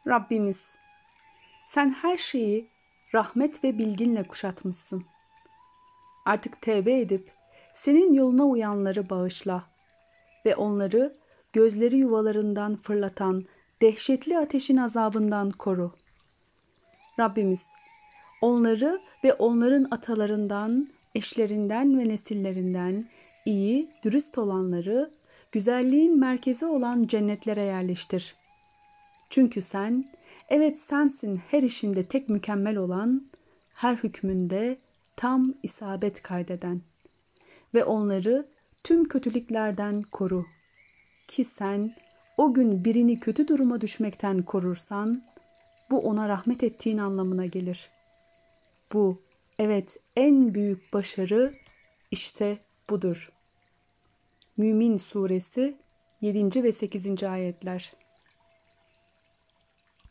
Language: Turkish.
Rabbimiz, sen her şeyi rahmet ve bilginle kuşatmışsın. Artık tevbe edip senin yoluna uyanları bağışla ve onları gözleri yuvalarından fırlatan dehşetli ateşin azabından koru. Rabbimiz, onları ve onların atalarından, eşlerinden ve nesillerinden iyi, dürüst olanları güzelliğin merkezi olan cennetlere yerleştir. Çünkü sen, evet sensin her işinde tek mükemmel olan, her hükmünde tam isabet kaydeden ve onları tüm kötülüklerden koru. Ki sen o gün birini kötü duruma düşmekten korursan, bu ona rahmet ettiğin anlamına gelir. Bu, evet en büyük başarı işte budur. Mümin Suresi 7. ve 8. ayetler.